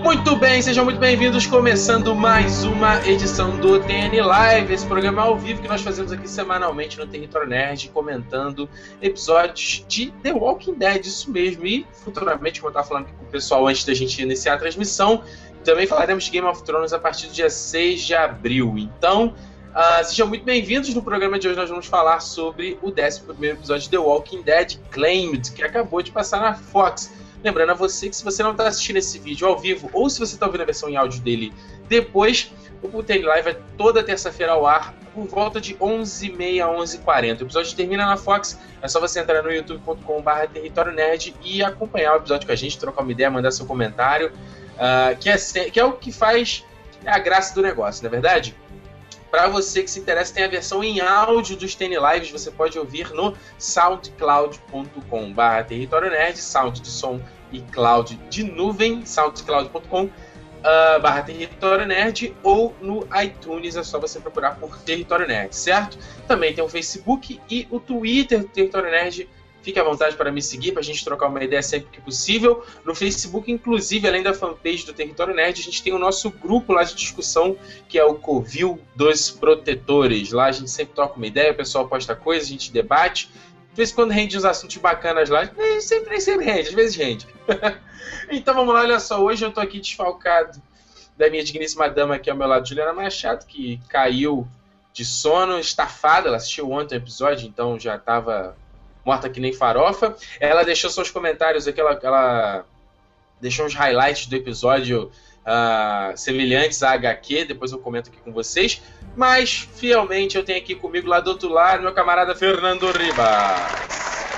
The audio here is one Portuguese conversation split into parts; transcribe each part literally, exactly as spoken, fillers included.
Muito bem, sejam muito bem-vindos, começando mais uma edição do T N Live, esse programa ao vivo que nós fazemos aqui semanalmente no Território Nerd, comentando episódios de The Walking Dead, isso mesmo, e futuramente, como eu estava falando aqui com o pessoal antes da gente iniciar a transmissão, também falaremos de Game of Thrones a partir do dia seis de abril, então uh, sejam muito bem-vindos. No programa de hoje nós vamos falar sobre o décimo primeiro episódio de The Walking Dead, Claimed, que acabou de passar na Fox. Lembrando a você que se você não está assistindo esse vídeo ao vivo, ou se você está ouvindo a versão em áudio dele depois, o T N Live é toda terça-feira ao ar, por volta de onze e meia, onze e quarenta. O episódio termina na Fox, é só você entrar no youtube ponto com barra território nerd e acompanhar o episódio com a gente, trocar uma ideia, mandar seu comentário, uh, que, é, que é o que faz a graça do negócio, não é verdade? Para você que se interessa, tem a versão em áudio dos T N Lives, você pode ouvir no soundcloud ponto com barra território nerd, sound de som e cloud de nuvem, soundcloud ponto com barra território nerd, ou no iTunes, é só você procurar por Território Nerd, certo? Também tem o Facebook e o Twitter do Território Nerd. Fique à vontade para me seguir, para a gente trocar uma ideia sempre que possível. No Facebook, inclusive, além da fanpage do Território Nerd, a gente tem o nosso grupo lá de discussão, que é o Covil dos Protetores. Lá a gente sempre troca uma ideia, o pessoal posta coisas, a gente debate. De vez em quando rende uns assuntos bacanas lá, nem sempre, nem sempre rende, às vezes rende. Então vamos lá, olha só, hoje eu tô aqui desfalcado da minha digníssima dama aqui ao meu lado, Juliana Machado, que caiu de sono, estafada. Ela assistiu ontem o episódio, então já estava morta que nem farofa. Ela deixou seus comentários aqui, ela, ela deixou uns highlights do episódio uh, semelhantes à H Q, depois eu comento aqui com vocês. Mas, fielmente, eu tenho aqui comigo lá do outro lado, meu camarada Fernando Ribas.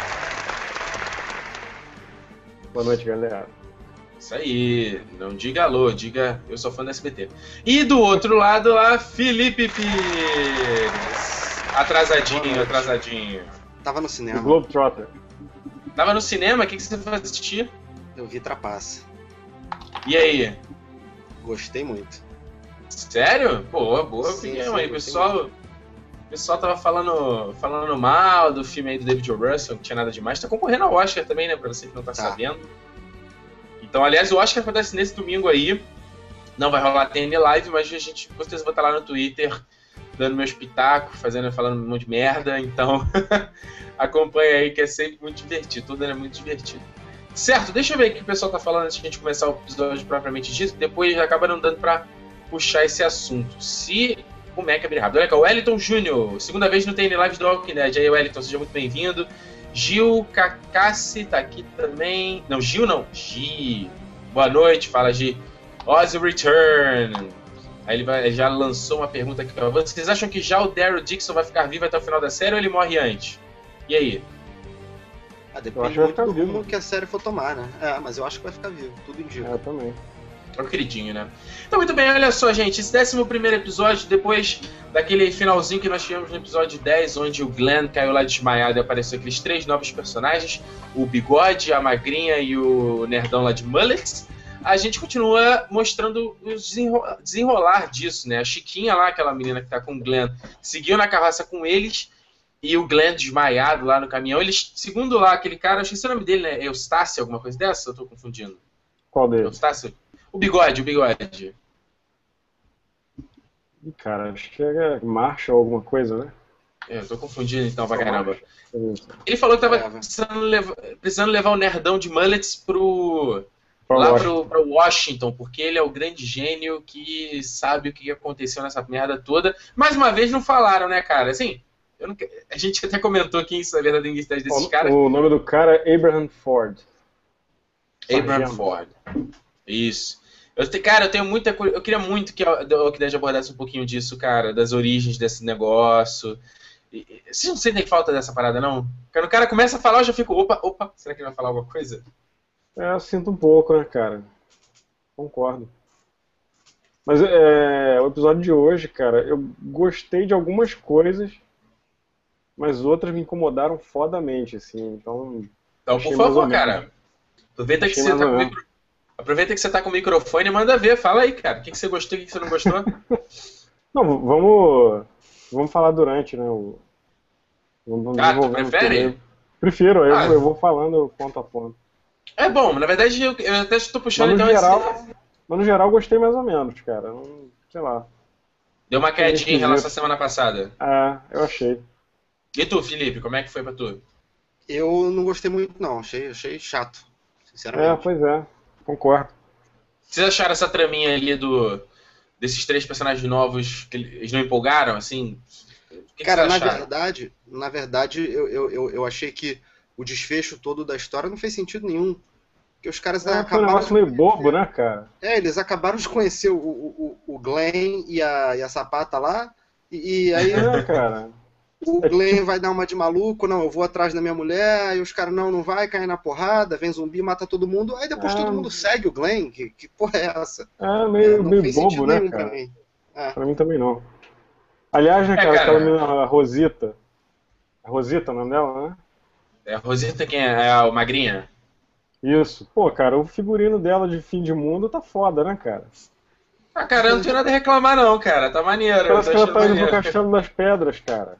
Boa noite, galera. Isso aí, não diga alô, diga eu sou fã do S B T. E do outro lado lá, Felipe Pires. Atrasadinho, atrasadinho. Tava no cinema. O Globetrotter. Tava no cinema? O que, que você foi assistir? Eu vi Trapaça. E aí? Gostei muito. Sério? Boa, boa Sim, opinião sim, aí. O pessoal, o pessoal tava falando, falando mal do filme aí do David O. Russell, não tinha nada demais. Tá concorrendo ao Oscar também, né? Pra você que não tá, tá sabendo. Então, aliás, o Oscar acontece nesse domingo aí. Não vai rolar T N Live, mas a gente com certeza vai estar lá no Twitter dando meu espetáculo, fazendo, falando um monte de merda. Então, acompanha aí que é sempre muito divertido. Tudo é muito divertido. Certo, deixa eu ver o que o pessoal tá falando antes de a gente começar o episódio propriamente dito. Depois acaba não dando pra puxar esse assunto. Se o Mac abrir rápido. Olha aqui, o Wellington Júnior, segunda vez no T N Live do Walking Dead. Aí, Wellington, seja muito bem-vindo. Gil Cacassi tá aqui também. Não, Gil não. Gi. Boa noite, fala Gi. Ozzy Return. Aí ele, vai, ele já lançou uma pergunta aqui. Vocês acham que já o Daryl Dixon vai ficar vivo até o final da série ou ele morre antes? E aí? Ah, depende muito do rumo que a série for tomar, né? É, mas eu acho que vai ficar vivo, tudo indica. É, eu também. É um queridinho, né? Então, muito bem, olha só, gente. Esse décimo primeiro episódio, depois daquele finalzinho que nós tivemos no episódio dez, onde o Glenn caiu lá desmaiado e apareceu aqueles três novos personagens, o Bigode, a Magrinha e o Nerdão lá de Mullets, a gente continua mostrando o desenro- desenrolar disso, né? A Chiquinha lá, aquela menina que tá com o Glenn, seguiu na carroça com eles, e o Glenn desmaiado lá no caminhão. Eles, segundo lá, aquele cara, eu esqueci o nome dele, né? Eustácio, alguma coisa dessa? Eu tô confundindo. Qual deles? Eustácio? O Bigode, o Bigode. Ih, cara, acho que é Marshall ou alguma coisa, né? É, eu tô confundindo então pra caramba. Isso. Ele falou que tava É, precisando levar, precisando levar o Nerdão de Mullets pro, Pra lá Washington. pro, pra Washington, porque ele é o grande gênio que sabe o que aconteceu nessa merda toda. Mais uma vez não falaram, né, cara? Assim, eu não, a gente até comentou aqui isso, a verdadeira identidade desses O, caras. o nome do cara é Abraham Ford. Abraham Sargento. Ford. Isso. Eu, te- cara, eu tenho muita coisa. Eu queria muito que a The Walking Dead abordasse um pouquinho disso, cara, das origens desse negócio. E- e- Vocês não sentem falta dessa parada, não? Quando o cara começa a falar, eu já fico, opa, opa, será que ele vai falar alguma coisa? É, eu sinto um pouco, né, cara? Concordo. Mas é, o episódio de hoje, cara, eu gostei de algumas coisas, mas outras me incomodaram fodamente, assim. Então, Então, achei por mais favor, ou menos. cara. Aproveita que, Achei você mais tá ou com o menos. micro... Aproveita que você tá com o microfone e manda ver. Fala aí, cara. O que, que você gostou e o que, que você não gostou? Não, v- vamos, vamos falar durante, né? O, vamos Ah, tu desenvolvendo prefere? tudo aí. Prefiro, aí Ah. eu, eu vou falando ponto a ponto. É bom, na verdade eu, eu até estou puxando Mas no então geral, esse... Mas no geral gostei mais ou menos, cara. Não, sei lá. Deu uma quedinha em relação à semana passada. Ah, eu achei. E tu, Felipe, como é que foi pra tu? Eu não gostei muito, não. Achei, achei chato, sinceramente. É, pois é. Concordo. Vocês acharam essa traminha ali do, desses três personagens novos, que eles não empolgaram, assim? O que Cara, que na vocês acharam? verdade, na verdade eu, eu, eu, eu achei que o desfecho todo da história não fez sentido nenhum. Porque os caras É, foi um acabaram negócio de meio conhecer- bobo, né, cara? É, eles acabaram de conhecer o, o, o o Glenn e a, e a Sapata lá, e, e aí É, cara. o É Glenn tipo- vai dar uma de maluco, não, eu vou atrás da minha mulher, aí os caras, não, não vai, cair na porrada, vem zumbi, mata todo mundo, aí depois É. todo mundo segue o Glenn, que, que porra é essa? É É, meio, não meio fez bobo, sentido né, nenhum pra cara? mim. É. Pra mim também não. Aliás, né, É, cara, cara. aquela menina, a Rosita. A Rosita, o nome dela, né? É, a Rosita quem é? É a magrinha? Isso. Pô, cara, o figurino dela de fim de mundo tá foda, né, cara? Ah, cara, eu não tenho nada a reclamar não, cara. Tá maneiro. eu Parece tô que ela achando tá indo pro maneiro. Castelo das Pedras, cara.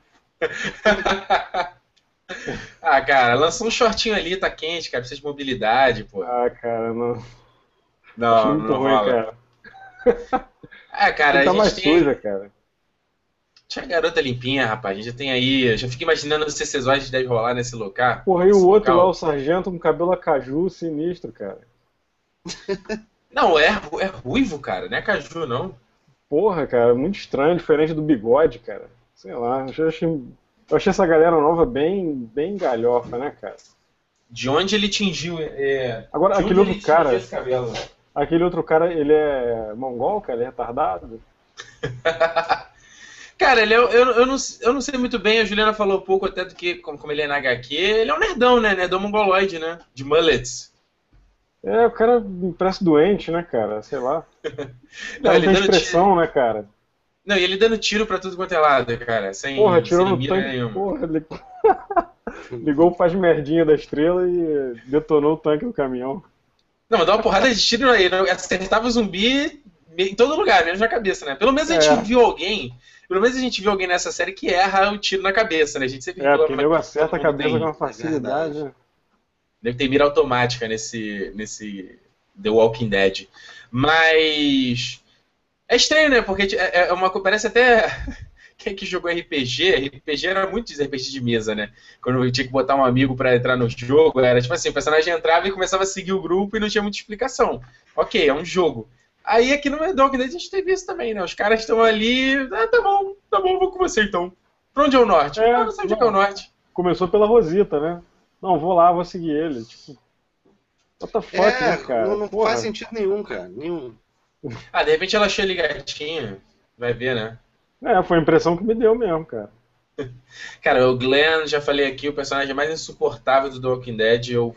Ah, cara, lançou um shortinho ali, tá quente, cara. Precisa de mobilidade, pô. Ah, cara, não. Achei Não, muito não ruim, rola. cara. É, cara, Ela tá a mais gente tem... suja, cara. Tinha garota limpinha, rapaz. A gente já tem aí... Eu já fico imaginando os CCzóides que deve rolar nesse local. Porra, e o nesse outro local. lá, o sargento com cabelo a caju, sinistro, cara. Não, é, ru- é ruivo, cara. Não é caju, não. Porra, cara, muito estranho, diferente do bigode, cara. Sei lá, eu achei, eu achei essa galera nova bem, bem galhofa, né, cara? De onde ele tingiu... É... Agora, de aquele onde outro ele tingiu cara- esse cabelo? Aquele outro cara, ele é mongol, cara, ele é retardado. Cara, ele é, eu, eu, não, eu não sei muito bem, a Juliana falou pouco até do que, como, como ele é na agá quê, ele é um nerdão, né? Nerdão mongoloide, né? De mullets. É, o cara me parece doente, né, cara? Sei lá. Não, Não, ele tem dando expressão, né, cara? Não, e ele dando tiro pra tudo quanto é lado, cara. Sem, Porra, tirou sem no mira tanque. nenhuma. Porra, ligou, ligou o faz merdinha da estrela e detonou o tanque do caminhão. Não, mas dá uma porrada de tiro aí. Acertava o zumbi em todo lugar, menos na cabeça, né? Pelo menos a gente É. viu alguém. Pelo menos a gente viu alguém nessa série que erra o tiro na cabeça, né? A gente sempre É, porque o reclama nego que acerta a todo mundo cabeça tem- com uma facilidade. verdade. né? Deve ter mira automática nesse, nesse The Walking Dead. Mas é estranho, né? Porque é é uma co- parece até quem que jogou R P G, R P G era muito de R P G de mesa, né? Quando eu tinha que botar um amigo pra entrar no jogo, era tipo assim, o personagem entrava e começava a seguir o grupo e não tinha muita explicação. Ok, é um jogo. Aí aqui no The Walking Dead a gente teve isso também, né? Os caras estão ali, ah, tá bom, tá bom, vou com você então. Pra onde é o norte? É, ah, não sei onde é que é o norte. Começou pela Rosita, né? Não, vou lá, vou seguir ele. Tipo, what the fuck, É, né, cara? não, não Porra. faz sentido nenhum, cara. Nenhum. Ah, de repente ela achou ele gatinho. Vai ver, né? É, foi a impressão que me deu mesmo, cara. Cara, o Glenn, já falei aqui, o personagem mais insuportável do The Walking Dead. Eu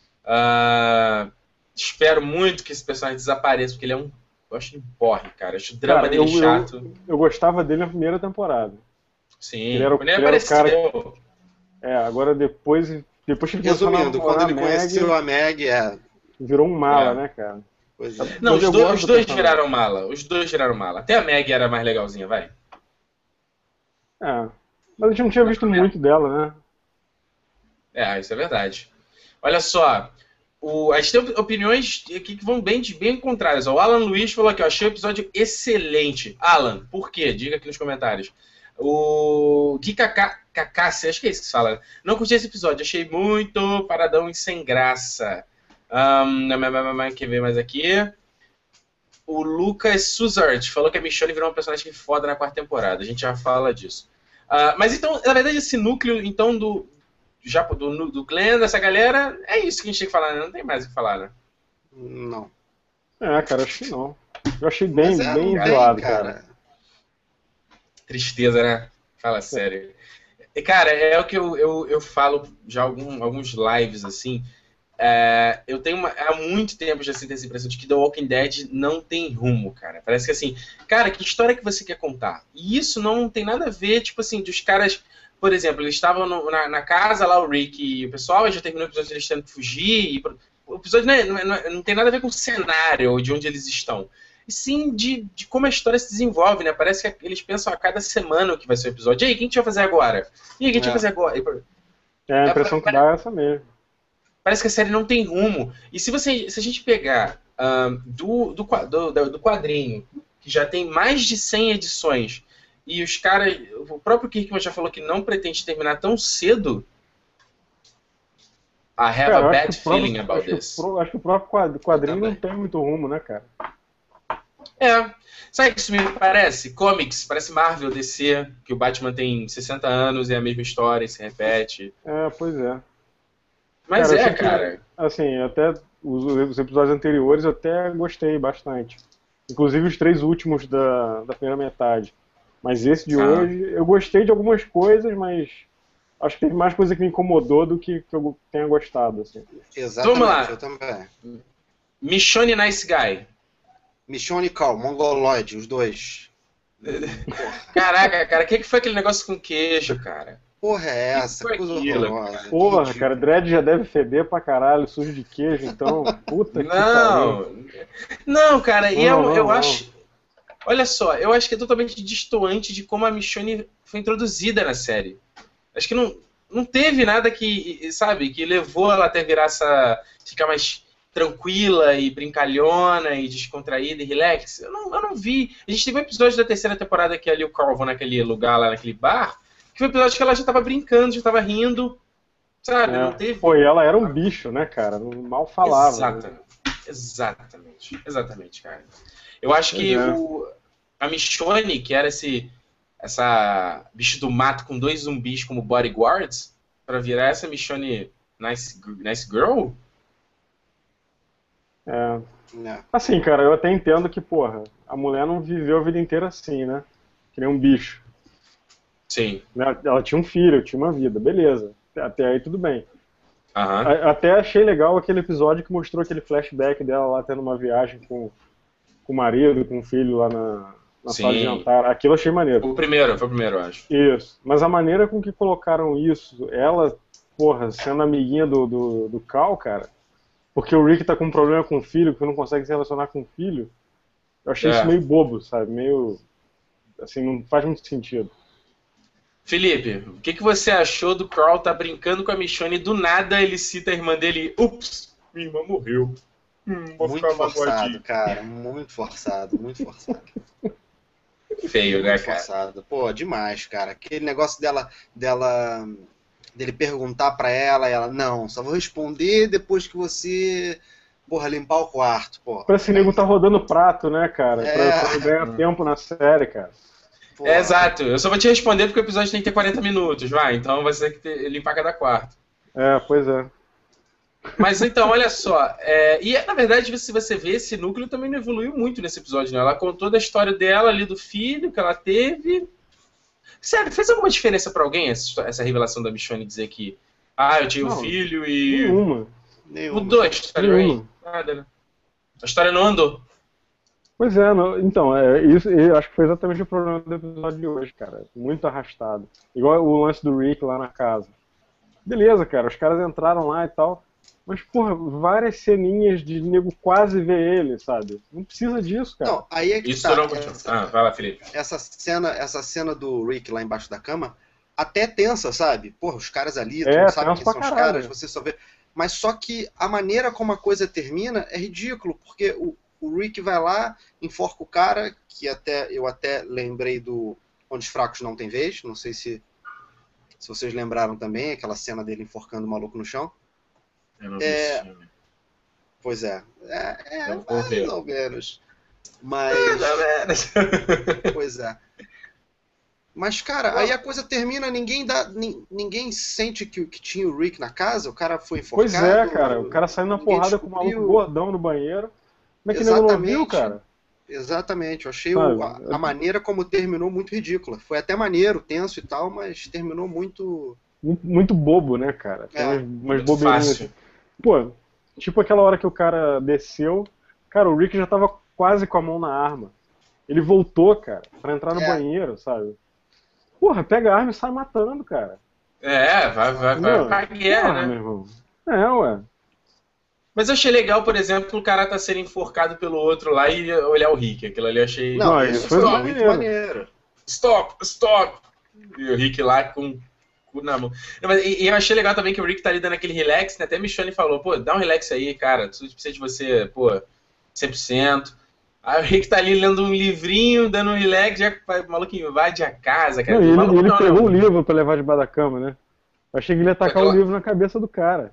ah, espero muito que esse personagem desapareça, porque ele é um. Eu acho ele um porre, cara. Eu acho o drama Cara, dele eu, chato. Eu, eu gostava dele na primeira temporada. Sim, ele era o- quando ele ele era o apareceu. É, agora depois, depois que ele começou a Resumindo, namorar quando ele a Meg, conheceu a Meg, é. virou um mala, É. né, cara? Pois é. Não, Mas os, eu dois- gosto os do dois personagem. viraram mala. Os dois viraram mala. Até a Meg era mais legalzinha, vai. É. Mas a gente não tinha visto muito dela, né? É, isso é verdade. Olha só, o, a gente tem opiniões aqui que vão bem, bem contrárias. O Alan Luiz falou aqui, ó, achei o episódio excelente. Alan, por quê? Diga aqui nos comentários. O Gui Kakassi, acho que é isso que se fala. Não curti esse episódio, achei muito paradão e sem graça. Um, quer ver mais aqui? O Lucas Suzart falou que a Michonne virou uma personagem foda na quarta temporada. A gente já fala disso. Uh, mas então, na verdade, esse núcleo então do, já, do, do Glenn, dessa galera, é isso que a gente tem que falar, né? Não tem mais o que falar, né? Não. É, cara, acho que não. Eu achei bem, Mas é, bem não tem, zoado, cara. Tristeza, né? Fala sério. E, cara, é o que eu, eu, eu falo já algum, alguns lives, assim. É, eu tenho uma, há muito tempo já sinto essa impressão de que The Walking Dead não tem rumo, cara. Parece que assim, cara, que história que você quer contar? E isso não tem nada a ver, tipo assim, dos caras, por exemplo, eles estavam no, na, na casa lá, o Rick e o pessoal, já terminou o episódio eles tendo que fugir. E, o episódio não, é, não, é, não tem nada a ver com o cenário ou de onde eles estão. E sim de, de como a história se desenvolve, né? Parece que eles pensam a cada semana o que vai ser o episódio. E aí, quem a gente vai fazer agora? E aí, quem a gente vai fazer agora? E, É, a impressão que dá é essa mesmo. parece que a série não tem rumo. E se, você, se a gente pegar um, do, do, do, do quadrinho, que já tem mais de cem edições, e os caras, o próprio Kirkman já falou que não pretende terminar tão cedo, I have Cara, a eu acho bad que o próprio- feeling about acho que o this. pro- Acho que o próprio quad- quadrinho Eu não também. tem muito rumo, né, cara? É. Sabe o que isso me parece? Comics, parece Marvel, D C, que o Batman tem sessenta anos e é a mesma história, e se repete. É, pois é. Mas Cara, eu é, sei que, cara. Assim, até os, os episódios anteriores eu até gostei bastante. Inclusive os três últimos da, da primeira metade. Mas esse de Ah. hoje, eu gostei de algumas coisas, mas acho que teve mais coisa que me incomodou do que, que eu tenha gostado, assim. Exatamente, Vamos lá. eu também. Michonne Nice Guy. Michonne e Cal, Mongoloid, os dois. Caraca, cara, o que, que foi aquele negócio com queijo, cara? Porra, é essa? Que foi Coisa aquilo, horrorosa. Porra, Ridículo. cara, Dredd já deve feder pra caralho, sujo de queijo, então, puta que pariu. Não, não, cara, e Não, eu, não, eu não. acho. Olha só, eu acho que é totalmente distoante de como a Michonne foi introduzida na série. Acho que não, não teve nada que, sabe, que levou ela até virar essa. Ficar mais tranquila e brincalhona e descontraída e relax. Eu não, eu não vi. A gente teve um episódio da terceira temporada que ali o Carl vão naquele lugar lá, naquele bar, que foi um episódio que ela já tava brincando, já tava rindo, sabe? Não É. teve. Pô, e ela era um bicho, né, cara? Mal falava. Exatamente. Exatamente. Exatamente, cara. Eu acho que Pois é. o, a Michonne, que era esse essa bicho do mato com dois zumbis como bodyguards, pra virar essa Michonne nice, nice girl, É. É. Assim, cara, eu até entendo que, porra, a mulher não viveu a vida inteira assim, né? Que nem um bicho. sim. Né? Ela tinha um filho, tinha uma vida, beleza. Até aí tudo bem. Aham. A- Até achei legal aquele episódio que mostrou aquele flashback dela lá tendo uma viagem com, com o marido, com o filho lá na, na Sim. sala de jantar. Aquilo eu achei maneiro. O primeiro, foi o primeiro, eu acho. Isso. Mas a maneira com que colocaram isso, ela, porra, sendo amiguinha do, do, do Cal, cara, porque o Rick tá com um problema com o filho, que não consegue se relacionar com o filho, eu achei É. isso meio bobo, sabe? Meio. Assim, não faz muito sentido. Felipe, o que, que você achou do Carl tá brincando com a Michonne e do nada ele cita a irmã dele? Ups, minha irmã morreu. Hum, vou Muito ficar forçado, magoadinho. cara. Muito forçado, muito forçado. Feio, né, Muito cara? forçado. Pô, demais, cara. Aquele negócio dela, dela, dele perguntar pra ela, e ela, não, só vou responder depois que você, porra, limpar o quarto, porra. Parece que o nego tá rodando prato, né, cara? Pra, É. pra ganhar tempo na série, cara. Porra. É, exato. Eu só vou te responder porque o episódio tem que ter quarenta minutos, vai. Então vai ser que ter, limpar cada quarto. É, pois é. Mas então, olha só. é, e na verdade, se você vê, esse núcleo também não evoluiu muito nesse episódio, né? Ela contou da história dela ali, do filho que ela teve. Sério, fez alguma diferença pra alguém essa, histó- essa revelação da Michonne dizer que ah, eu tinha um Não, filho e. Nenhuma. Nenhuma. Mudou a história, Nenhuma. hein? Nada, né? A história não andou. Pois é, não- então, é, isso, eu acho que foi exatamente o problema do episódio de hoje, cara. Muito arrastado. Igual o lance do Rick lá na casa. Beleza, cara, os caras entraram lá e tal. Mas, porra, várias ceninhas de nego quase ver ele, sabe? Não precisa disso, cara. Não, aí é que Isso tá. não. Essa, Ah, vai lá, Felipe. essa cena, essa cena do Rick lá embaixo da cama, até tensa, sabe? Porra, os caras ali, tu É, não sabe tenso quem pra são os caralho. caras, você só vê. Mas só que a maneira como a coisa termina é ridículo, porque o, o Rick vai lá, enforca o cara, que até eu até lembrei do Onde os Fracos Não Tem Vez, não sei se, se vocês lembraram também, aquela cena dele enforcando o maluco no chão. Eu não vi É, esse filme. Pois é, é, é Eu vou ver. mais ou menos. Mas, pois é. Mas, cara, aí a coisa termina, ninguém dá, nin- ninguém sente que, que tinha o Rick na casa, o cara foi enforcado. Pois é, cara. O cara saiu na ninguém porrada com o maluco descobriu. gordão no banheiro. Como é que o nego não Exatamente. viu, cara? Exatamente, eu achei Sabe, o- a, a maneira como terminou muito ridícula. Foi até maneiro, tenso e tal, mas terminou muito... Muito, muito bobo, né, cara? Tem É, umas, umas muito bobeirinhas. fácil. Pô, tipo aquela hora que o cara desceu, cara, o Rick já tava quase com a mão na arma. Ele voltou, cara, pra entrar no É. banheiro, sabe? Porra, pega a arma e sai matando, cara. É, vai, vai, vai Não, pra guerra, porra, né? meu irmão. É, ué. Mas eu achei legal, por exemplo, o cara tá sendo enforcado pelo outro lá e olhar o Rick. Aquilo ali eu achei. Não, Não, isso isso foi foi muito maneiro. maneiro. Stop, stop! E o Rick lá com o cu na mão. Não, mas, e, e eu achei legal também que o Rick tá ali dando aquele relax, né? Até a Michonne falou, pô, dá um relax aí, cara. Tu precisa de você, pô. cem por cento. Aí o Rick tá ali lendo um livrinho, dando um relax, já o maluco invade a casa, cara. Não, e ele, maluco, ele não, pegou não. o livro pra levar debaixo da cama, né? Eu achei que ele ia tacar Aquela- o livro na cabeça do cara.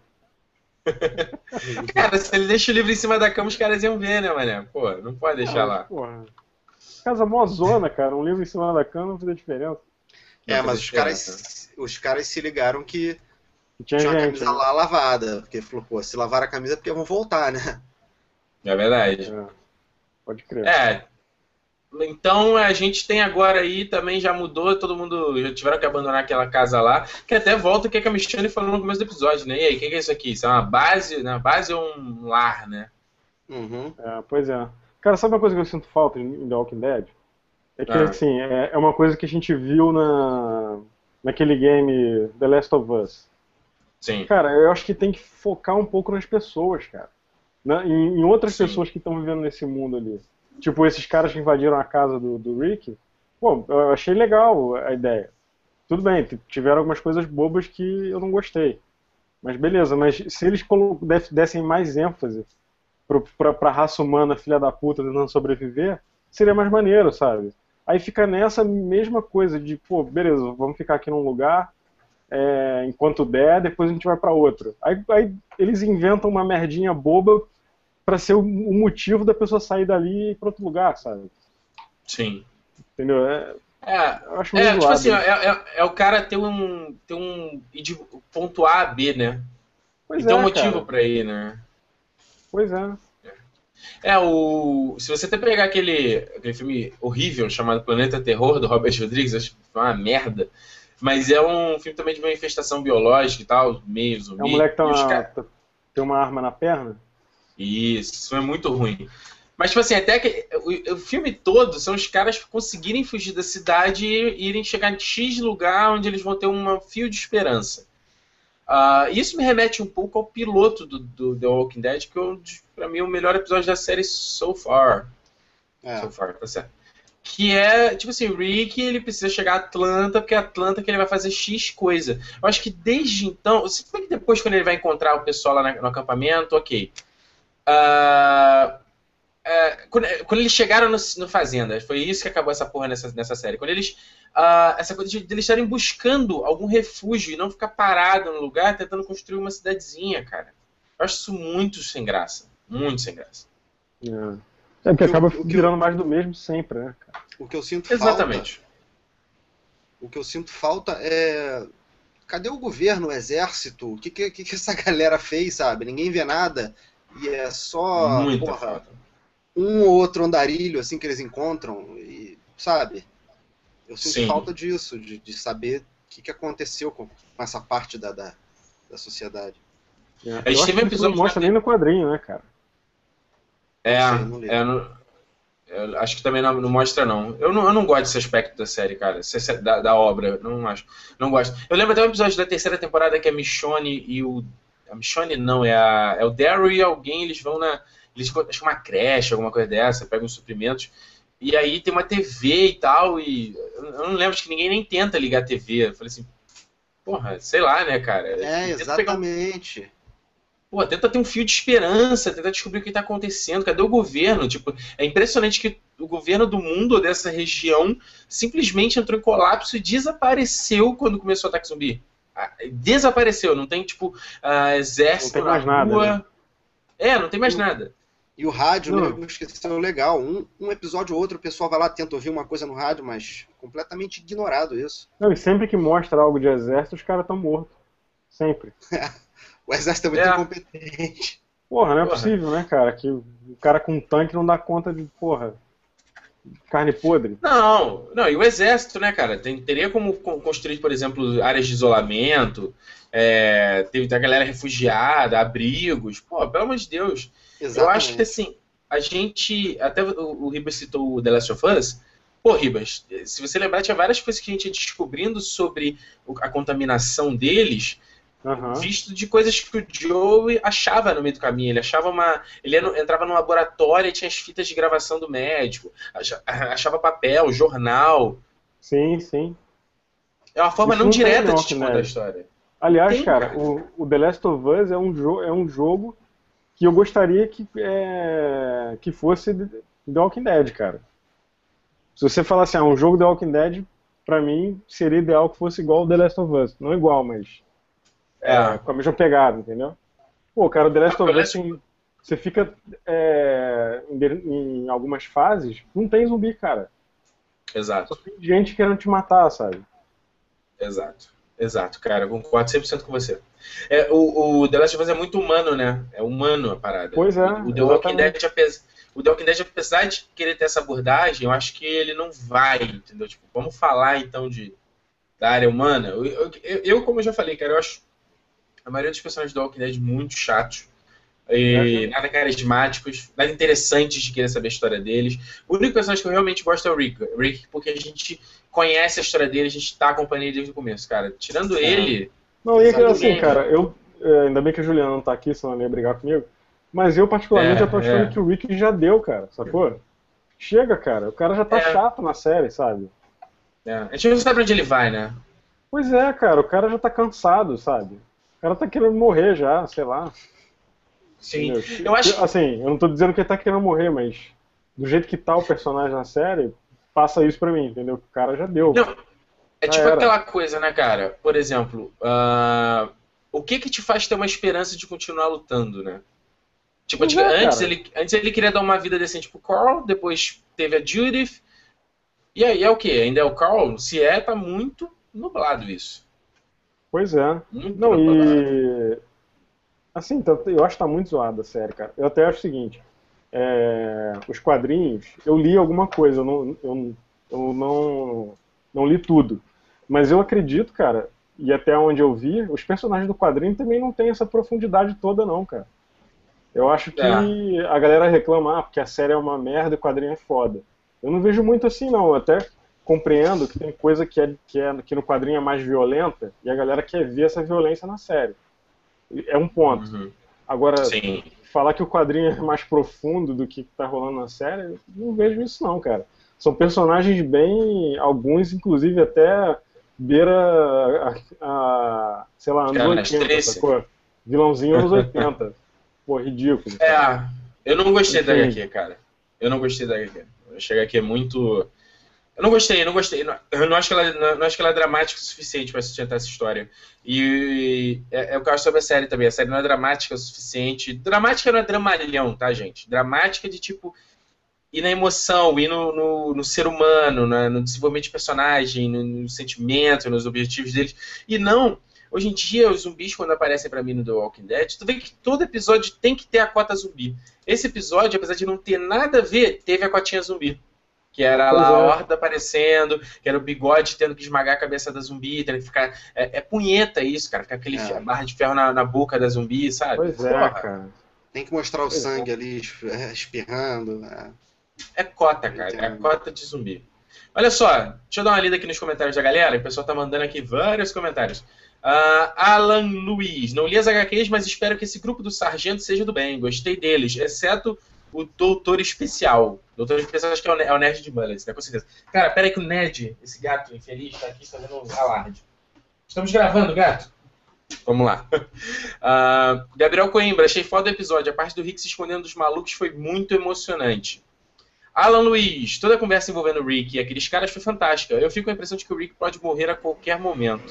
Cara, se ele deixa o livro em cima da cama, os caras iam ver, né, mané? Pô, não pode deixar Ah, mas, lá. porra. Casa mó zona, cara. Um livro em cima da cama não faz diferença. É, Não mas faz os diferença. caras, os caras se ligaram que E tinha tinha uma gente. camisa né? lá lavada. Porque falou, pô, se lavar a camisa é porque vão voltar, né? É verdade. É, pode crer. É. Então a gente tem agora aí, também já mudou, todo mundo já tiveram que abandonar aquela casa lá, que até volta o que a Michonne falou no começo do episódio, né? E aí, o que que é isso aqui? Isso é uma base, né? Base ou um lar, né? Uhum. É, pois é. Cara, sabe uma coisa que eu sinto falta em The Walking Dead? É que, Ah. assim, é, é uma coisa que a gente viu na, naquele game The Last of Us. Sim. Cara, eu acho que tem que focar um pouco nas pessoas, cara. Na- em, em outras Sim. pessoas que estão vivendo nesse mundo ali. Tipo, esses caras que invadiram a casa do, do Rick. Pô, eu achei legal a ideia. Tudo bem, t- tiveram algumas coisas bobas que eu não gostei. Mas beleza, mas se eles colo- def- dessem mais ênfase pro, pra, pra raça humana, filha da puta, tentando sobreviver, seria mais maneiro, sabe? Aí fica nessa mesma coisa de, pô, beleza, vamos ficar aqui num lugar, é, enquanto der, depois a gente vai pra outro. Aí, aí eles inventam uma merdinha boba pra ser o, o motivo da pessoa sair dali e ir pra outro lugar, sabe? Sim. Entendeu? É, É, eu acho meio é tipo zoado assim, ó, isso. é, é, é o cara ter um, ter um. Ir de ponto A a B, né? Pois E ter um é, motivo cara. pra ir, né? Pois é. É, o. Se você até pegar aquele, aquele filme horrível chamado Planeta Terror, do Robert Rodrigues, acho que foi uma merda. Mas é um filme também de uma infestação biológica e tal, meio É zumbi. um moleque que tá e os uma- ca- tá- tem uma arma na perna. Isso, isso é muito ruim. Mas, tipo assim, até que o, o filme todo são os caras conseguirem fugir da cidade e irem chegar em X lugar onde eles vão ter um fio de esperança. Ah, isso me remete um pouco ao piloto do, do The Walking Dead, que é, pra mim, é o melhor episódio da série so far. É. So far, tá certo. Que é, tipo assim, o Rick, ele precisa chegar a Atlanta, porque é Atlanta que ele vai fazer X coisa. Eu acho que desde então, se bem que depois quando ele vai encontrar o pessoal lá na- no acampamento, ok. Ah, é, quando, quando eles chegaram no, no Fazenda, foi isso que acabou essa porra nessa, nessa série. Quando eles, ah, essa coisa de, de eles estarem buscando algum refúgio e não ficar parado no lugar, tentando construir uma cidadezinha, cara. Eu acho isso muito sem graça. Muito sem graça. É, é porque O que eu- acaba o que eu- virando mais do mesmo sempre, né, cara? O que eu sinto Exatamente. falta, o que eu sinto falta é, cadê o governo, o exército? O que que, que que essa galera fez, sabe? Ninguém vê nada e é só, Muita porra, falta. um ou outro andarilho assim que eles encontram e, sabe? Eu sinto Sim. falta disso, de, de saber o que, que aconteceu com, com essa parte da, da, da sociedade. É, A gente eu acho teve um que isso episódio não mostra na- nem no quadrinho, né, cara? É, Não sei, não li. é, não- eu acho que também não, não mostra, não. Eu, não. eu não gosto desse aspecto da série, cara. Esse- Da, da obra. Não acho. Não gosto. Eu lembro até um episódio da terceira temporada que a Michonne e o. A Michonne não, é, a, é o Daryl e alguém, eles vão na. Eles, acho que uma creche, alguma coisa dessa, pegam os suprimentos. E aí tem uma T V e tal, e eu eu não lembro, acho que ninguém nem tenta ligar a T V. Eu falei assim, porra, sei lá, né, cara? É, Tenta pegar um- exatamente. Pô, tenta ter um fio de esperança, tenta descobrir o que está acontecendo. Cadê o governo? Tipo, é impressionante que o governo do mundo, dessa região, simplesmente entrou em colapso e desapareceu quando começou o ataque zumbi. Ah, desapareceu, não tem, tipo, ah, exército Não tem mais na nada, rua. né? É, não tem mais nada. E o rádio, Não. né, eu esqueceu legal. Um, um episódio ou outro, o pessoal vai lá, tenta ouvir uma coisa no rádio, mas completamente ignorado isso. Não, e sempre que mostra algo de exército, os caras estão mortos. Sempre. O exército é muito É. Porra, incompetente. não é Porra. possível, né, cara? Que o cara com um tanque não dá conta de, porra, carne podre. Não, não, e o exército, né, cara? Tem, teria como co- construir, por exemplo, áreas de isolamento, é, teve a galera refugiada, abrigos. Pô, pelo amor de Deus. Exatamente. Eu acho que assim, a gente. Até o, o Ribas citou o The Last of Us. Pô, Ribas, se você lembrar, tinha várias coisas que a gente ia descobrindo sobre o- a contaminação deles, Aham. visto de coisas que o Joe achava no meio do caminho. Ele achava uma. Ele era no- entrava num laboratório e tinha as fitas de gravação do médico, acha- achava papel, jornal. Sim, sim. É uma forma Isso não não tem direta no de te Walking contar a Dead. história. Aliás, Tem, cara, cara. o, o The Last of Us é um, jo é um jogo que eu gostaria que, é, que fosse The Walking Dead, cara. Se você falar assim, ah, um jogo The Walking Dead, pra mim, seria ideal que fosse igual o The Last of Us. Não igual, mas é, É. com a mesma pegada, entendeu? Pô, cara, o The Last Ah, of The Us, tem, você fica é, em, de- em algumas fases, não tem zumbi, cara. Só Exato, tem gente querendo te matar, sabe? exato. Exato, cara, eu concordo cem por cento com você. É, o, o The Last of Us é muito humano, né? É humano a parada. Pois é, O, o The Walking exatamente. Dead, apesar, o The Walking Dead, apesar de querer ter essa abordagem, eu acho que ele não vai, entendeu? Tipo, vamos falar então de, da área humana. Eu, eu, eu, como eu já falei, cara, eu acho a maioria dos personagens do Walking Dead muito chatos. E É, nada carismáticos, nada interessantes de querer saber a história deles. O único personagem que eu realmente gosto é o Rick, Rick porque a gente conhece a história dele, a gente tá acompanhando ele desde o começo, cara. Tirando É. ele, Não, e é que, assim, ninguém. cara, eu, é, ainda bem que a Juliana não tá aqui, senão ela ia brigar comigo, mas eu particularmente já tô É, achando que o Rick já deu, cara, sacou? Chega, cara, o cara já tá é, é, chato na série, sabe? é. A gente não sabe pra onde ele vai, né? Pois é, cara, o cara já tá cansado, sabe? O cara tá querendo morrer já, sei lá, Sim. entendeu? Eu acho. Assim, eu não tô dizendo que ele tá querendo morrer, mas do jeito que tá o personagem na série, passa isso pra mim, entendeu? O cara já deu, Não, é já tipo era. aquela coisa, né, cara? Por exemplo, ah, o que que te faz ter uma esperança de continuar lutando, né? Tipo, Pois antiga- é, antes cara. ele, antes ele queria dar uma vida decente pro Carl, depois teve a Judith. E aí é o quê? Ainda é o Carl? Se é, tá muito nublado isso. Pois é. Muito Não, nublado. e assim, tá- eu acho que tá muito zoada a série, cara. Eu até acho o seguinte, é, os quadrinhos, eu li alguma coisa, eu não, eu, eu não, não li tudo. Mas eu acredito, cara, e até onde eu vi, os personagens do quadrinho também não têm essa profundidade toda, não, cara. Eu acho É. que a galera reclama, ah, porque a série é uma merda e o quadrinho é foda. Eu não vejo muito assim, não. Eu até compreendo que tem coisa que, é, que, é, que no quadrinho é mais violenta e a galera quer ver essa violência na série. É um ponto. Uhum. Agora, Sim. falar que o quadrinho é mais profundo do que tá rolando na série, eu não vejo isso não, cara. São personagens bem, alguns inclusive até beira a, a- sei lá, anos oitenta, Canastrice. sacou? Vilãozinho anos oitenta. Pô, ridículo, sabe? É, eu não gostei da Enfim, H Q, cara. Eu não gostei da H Q. Eu achei a H Q muito. Eu não gostei, eu não gostei. Eu não acho que ela, não, não acho que ela é dramática o suficiente pra sustentar essa história. E é, é o que eu acho sobre a série também. A série não é dramática o suficiente. Dramática não é dramalhão, tá, gente? Dramática de tipo. Ir na emoção, ir no, no, no ser humano, na- no desenvolvimento de personagem, no, no sentimento, nos objetivos deles. E não. Hoje em dia, os zumbis, quando aparecem pra mim no The Walking Dead, tu vê que todo episódio tem que ter a cota zumbi. Esse episódio, apesar de não ter nada a ver, teve a cotinha zumbi. Que era pois lá a é, horda aparecendo, que era o bigode tendo que esmagar a cabeça da zumbi, tendo que ficar. É, é punheta isso, cara. Ficar aquele É. barra de ferro na, na boca da zumbi, sabe? pois é, Porra, cara. Tem que mostrar o Pois é. sangue ali es- é, espirrando. Né? é cota, cara. É a Entendo. cota de zumbi. Olha só, deixa eu dar uma lida aqui nos comentários da galera. O pessoal tá mandando aqui vários comentários. Ah, Alan Luiz, não li as H Qs, mas espero que esse grupo do Sargento seja do bem. Gostei deles, exceto o Doutor Especial. Doutor Especial acho que é o ne- é o Nerd de Mullets, né? Com certeza. Cara, pera aí que o Ned, esse gato infeliz, tá aqui fazendo um alarde. Estamos gravando, gato? Vamos lá. Ah, Gabriel Coimbra, achei foda o episódio. A parte do Rick se escondendo dos malucos foi muito emocionante. Alan Luiz, toda a conversa envolvendo o Rick e aqueles caras foi fantástica. Eu fico com a impressão de que o Rick pode morrer a qualquer momento.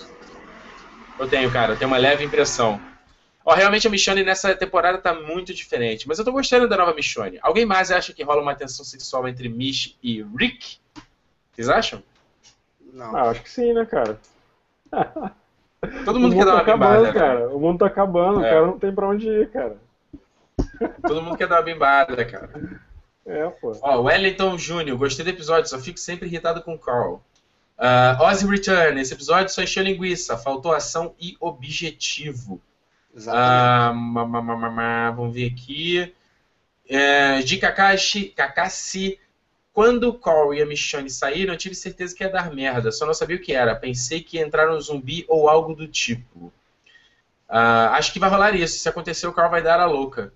Eu tenho, cara, eu tenho uma leve impressão. Ó, realmente a Michonne nessa temporada tá muito diferente, mas eu tô gostando da nova Michonne. Alguém mais acha que rola uma tensão sexual entre Mish e Rick? Vocês acham? Não. Ah, acho que sim, né, cara? Todo O mundo quer mundo dar tá uma acabando, bimbada, né? cara. O mundo tá acabando, É. o cara não tem pra onde ir, cara. Todo mundo quer dar uma bimbada, cara. É, pô. Ó, Wellington Júnior, gostei do episódio, só fico sempre irritado com o Carl. Uh, Ozzy Return, esse episódio só encheu linguiça, faltou ação e objetivo. Exatamente. Ah, ma, ma, ma, ma, ma, vamos ver aqui. É, de Kakashi, Kakashi, quando o Carl e a Michonne saíram, eu tive certeza que ia dar merda, só não sabia o que era. Pensei que ia entrar um zumbi ou algo do tipo. Ah, acho que vai rolar isso. Se acontecer, o Carl vai dar a louca.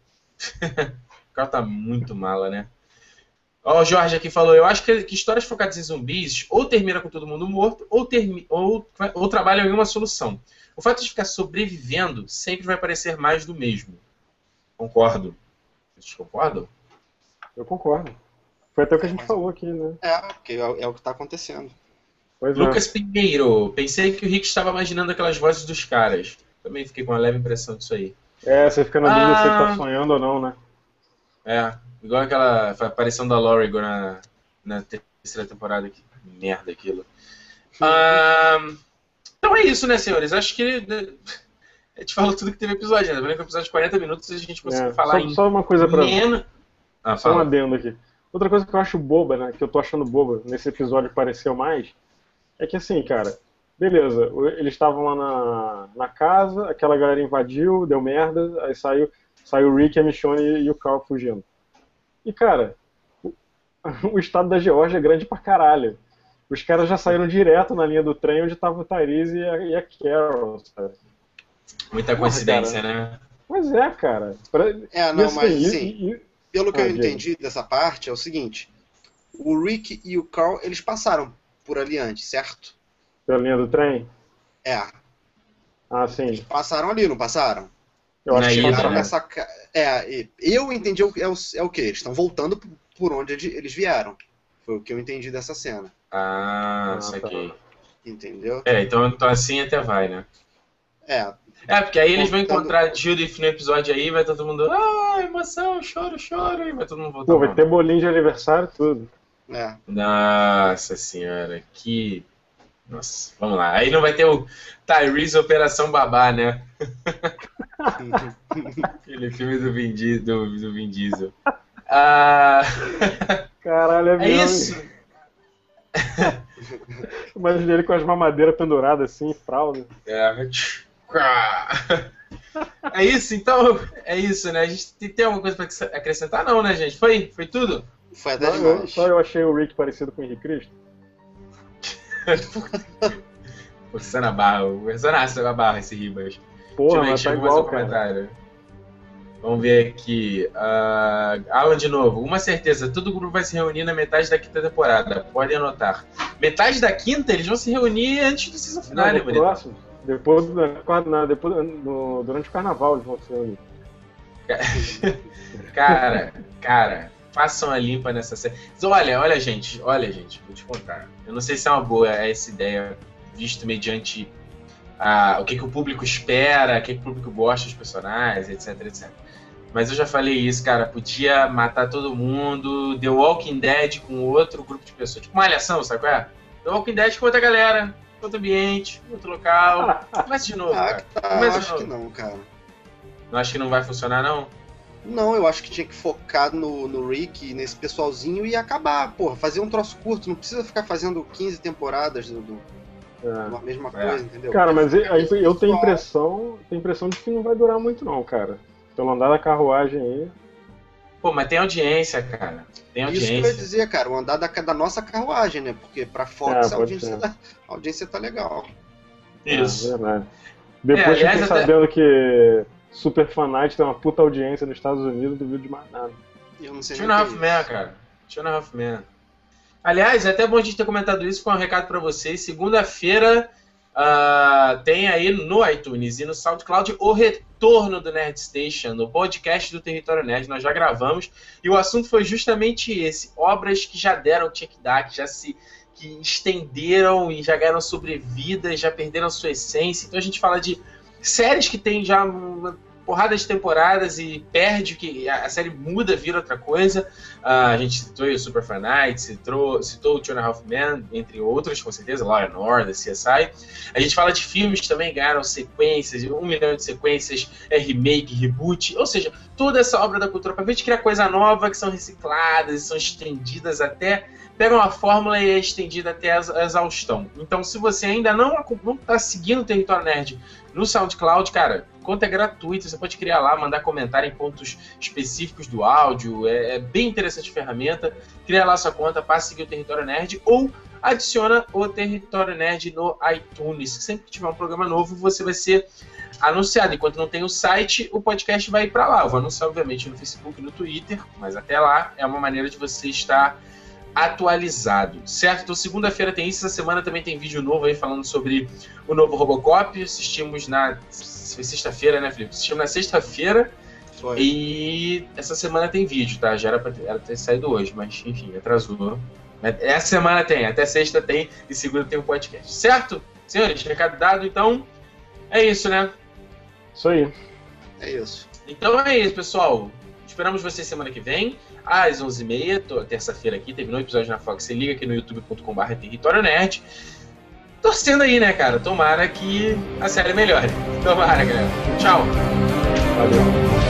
O Carl tá muito mala, né? Ó, o Jorge aqui falou, eu acho que, que histórias focadas em zumbis ou termina com todo mundo morto ou, termi ou, ou trabalham em uma solução. O fato de ficar sobrevivendo sempre vai parecer mais do mesmo. Concordo. Vocês concordam? Eu concordo. Foi até o que a gente falou aqui, né? É, porque é, é o que tá acontecendo. Pois Lucas é. Pinheiro, pensei que o Rick estava imaginando aquelas vozes dos caras. Também fiquei com uma leve impressão disso aí. É, você fica na dúvida se ele Ah. tá sonhando ou não, né? É, igual aquela aparição da Lorigo na, na terceira temporada. Que merda aquilo. Ah, então é isso, né, senhores? Acho que né, a gente falou tudo que teve episódio, né? Vendo que o episódio de quarenta minutos a gente conseguiu É, falar só, em só uma coisa pra... menos... Ah, Só um fala. adendo aqui. Outra coisa que eu acho boba, né? Que eu tô achando boba nesse episódio que pareceu mais, é que assim, cara, beleza, o- eles estavam lá na, na casa, aquela galera invadiu, deu merda, aí saiu, saiu o Rick, a Michonne e, e o Carl fugindo. E, cara, o, o estado da Geórgia é grande pra caralho. Os caras já saíram direto na linha do trem onde tava o Tyrese e a, e a Carol, sabe? Muita Porra, coincidência, né? Mas é, cara. Pra- É, e não, assim, mas e- assim, e- e- pelo que Ah, eu diga. entendi dessa parte, é o seguinte: o Rick e o Carl, eles passaram por ali antes, certo? pela linha do trem? É, Ah, sim. passaram ali, não passaram? Eu acho Na que ida, Passaram né? com essa ca- É, e- eu entendi o, é, o, é o que? Eles estão voltando p- por onde ede- eles vieram. Foi o que eu entendi dessa cena. Ah, Ah, saquei. Entendeu? É, então, então assim até vai, né? É, É, porque aí eles vão Voltando- encontrar Judith no episódio aí, vai todo mundo, ah, emoção, choro, choro, e vai todo mundo voltar. Pô, vai ter bolinho de aniversário e tudo. é. Nossa senhora, que... Nossa, vamos lá. Aí não vai ter o Tyrese Operação Babá, né? Aquele filme do Vin, Di- do, do Vin Diesel. Ah, Caralho, é é mesmo. isso. Imagina ele com as mamadeiras penduradas assim, fralda. É. É isso, então, é isso, né? A gente tem, tem alguma coisa pra acrescentar? Não, né, gente? Foi? Foi tudo? Foi até Só eu, demais. só eu achei o Rick parecido com o Henrique Cristo. Forçando a barra, forçando a barra esse Ribas. Porra, Deixa eu ver, mas tá chegou mais igual, um cara. comentário. Vamos ver aqui. Uh, Alan de novo. Uma certeza, todo grupo vai se reunir na metade da quinta temporada. Podem anotar. Metade da quinta, eles vão se reunir antes do season Não, final, né, no bonito? próximo. Depois, do- não, depois no- durante o carnaval eles vão se reunir. Cara, cara, façam a limpa nessa série. Olha, olha, gente, olha, gente, vou te contar. Eu não sei se é uma boa essa ideia, visto mediante a, o que, que o público espera, o que, que o público gosta dos personagens, etc, etcétera. Mas eu já falei isso, cara, podia matar todo mundo, The Walking Dead com outro grupo de pessoas, tipo Malhação, sabe qual é? The Walking Dead com outra galera, outro ambiente, outro local. Começa de novo, Ah, cara. que tá, Começa eu de acho novo. que não, cara. Não acho que não vai funcionar, não? Não, eu acho que tinha que focar no, no Rick, nesse pessoalzinho e acabar, porra, fazer um troço curto, não precisa ficar fazendo quinze temporadas do, do, É. da mesma É. coisa, entendeu? Cara, mas eu, eu tenho Pessoal- impressão, tenho impressão de que não vai durar muito não, cara. Pelo andar da carruagem aí. Pô, mas tem audiência, cara. Tem Isso que eu ia audiência. dizer, cara, o andar da, da nossa carruagem, né? Porque pra Fox É, a, pode audiência ser. tá, a audiência tá legal. Isso. É, verdade. Depois É, eu aliás, fiquei até- sabendo que Super Fanite tem uma puta audiência nos Estados Unidos, não duvido de mais nada. Eu não sei Two nem and a o Half que é Men, isso. cara. Two and a Half Men. Aliás, é até bom a gente ter comentado isso, com um recado pra vocês. Segunda-feira ah, tem aí no iTunes e no SoundCloud o retorno do Nerd Station, no podcast do Território Nerd. Nós já gravamos e o assunto foi justamente esse. Obras que já deram o que tinha que dar, que já se que estenderam e já ganharam sobrevida, já perderam sua essência. Então a gente fala de séries que tem já uma porrada de temporadas e perde, que a série muda, vira outra coisa. Uh, a gente citou aí o Super Fanite, citou, citou o Two and a Half Men, entre outros, com certeza, Law and Order, C S I. A gente fala de filmes que também ganharam sequências, um milhão de sequências, é remake, reboot, ou seja, toda essa obra da cultura para ver de criar coisa nova, que são recicladas e são estendidas até... Pega uma fórmula e é estendida até a exaustão. Então, se você ainda não está seguindo o Território Nerd no SoundCloud, cara, conta é gratuito, você pode criar lá, mandar comentário em pontos específicos do áudio, é, é bem interessante a ferramenta. Cria lá sua conta, passa a seguir o Território Nerd ou adiciona o Território Nerd no iTunes. Sempre que tiver um programa novo, você vai ser anunciado. Enquanto não tem o site, o podcast vai ir para lá. Eu vou anunciar, obviamente, no Facebook e no Twitter, mas até lá é uma maneira de você estar atualizado, certo? Então segunda-feira tem isso, essa semana também tem vídeo novo aí falando sobre o novo Robocop. Assistimos na foi sexta-feira, né, Felipe? Assistimos na sexta-feira Foi. E essa semana tem vídeo, tá? Já era pra ter, era pra ter saído hoje, mas enfim, atrasou. Essa semana tem, até sexta tem e segunda tem um podcast. Certo? Senhores, recado dado, então é isso, né? Isso aí. É isso. Então é isso, pessoal. Esperamos vocês semana que vem, às onze e meia, terça-feira aqui, terminou o episódio na Fox. Você liga aqui no youtube ponto com barra território nerd. Torcendo aí, né, cara? Tomara que a série melhore. Tomara, galera. Tchau. Valeu.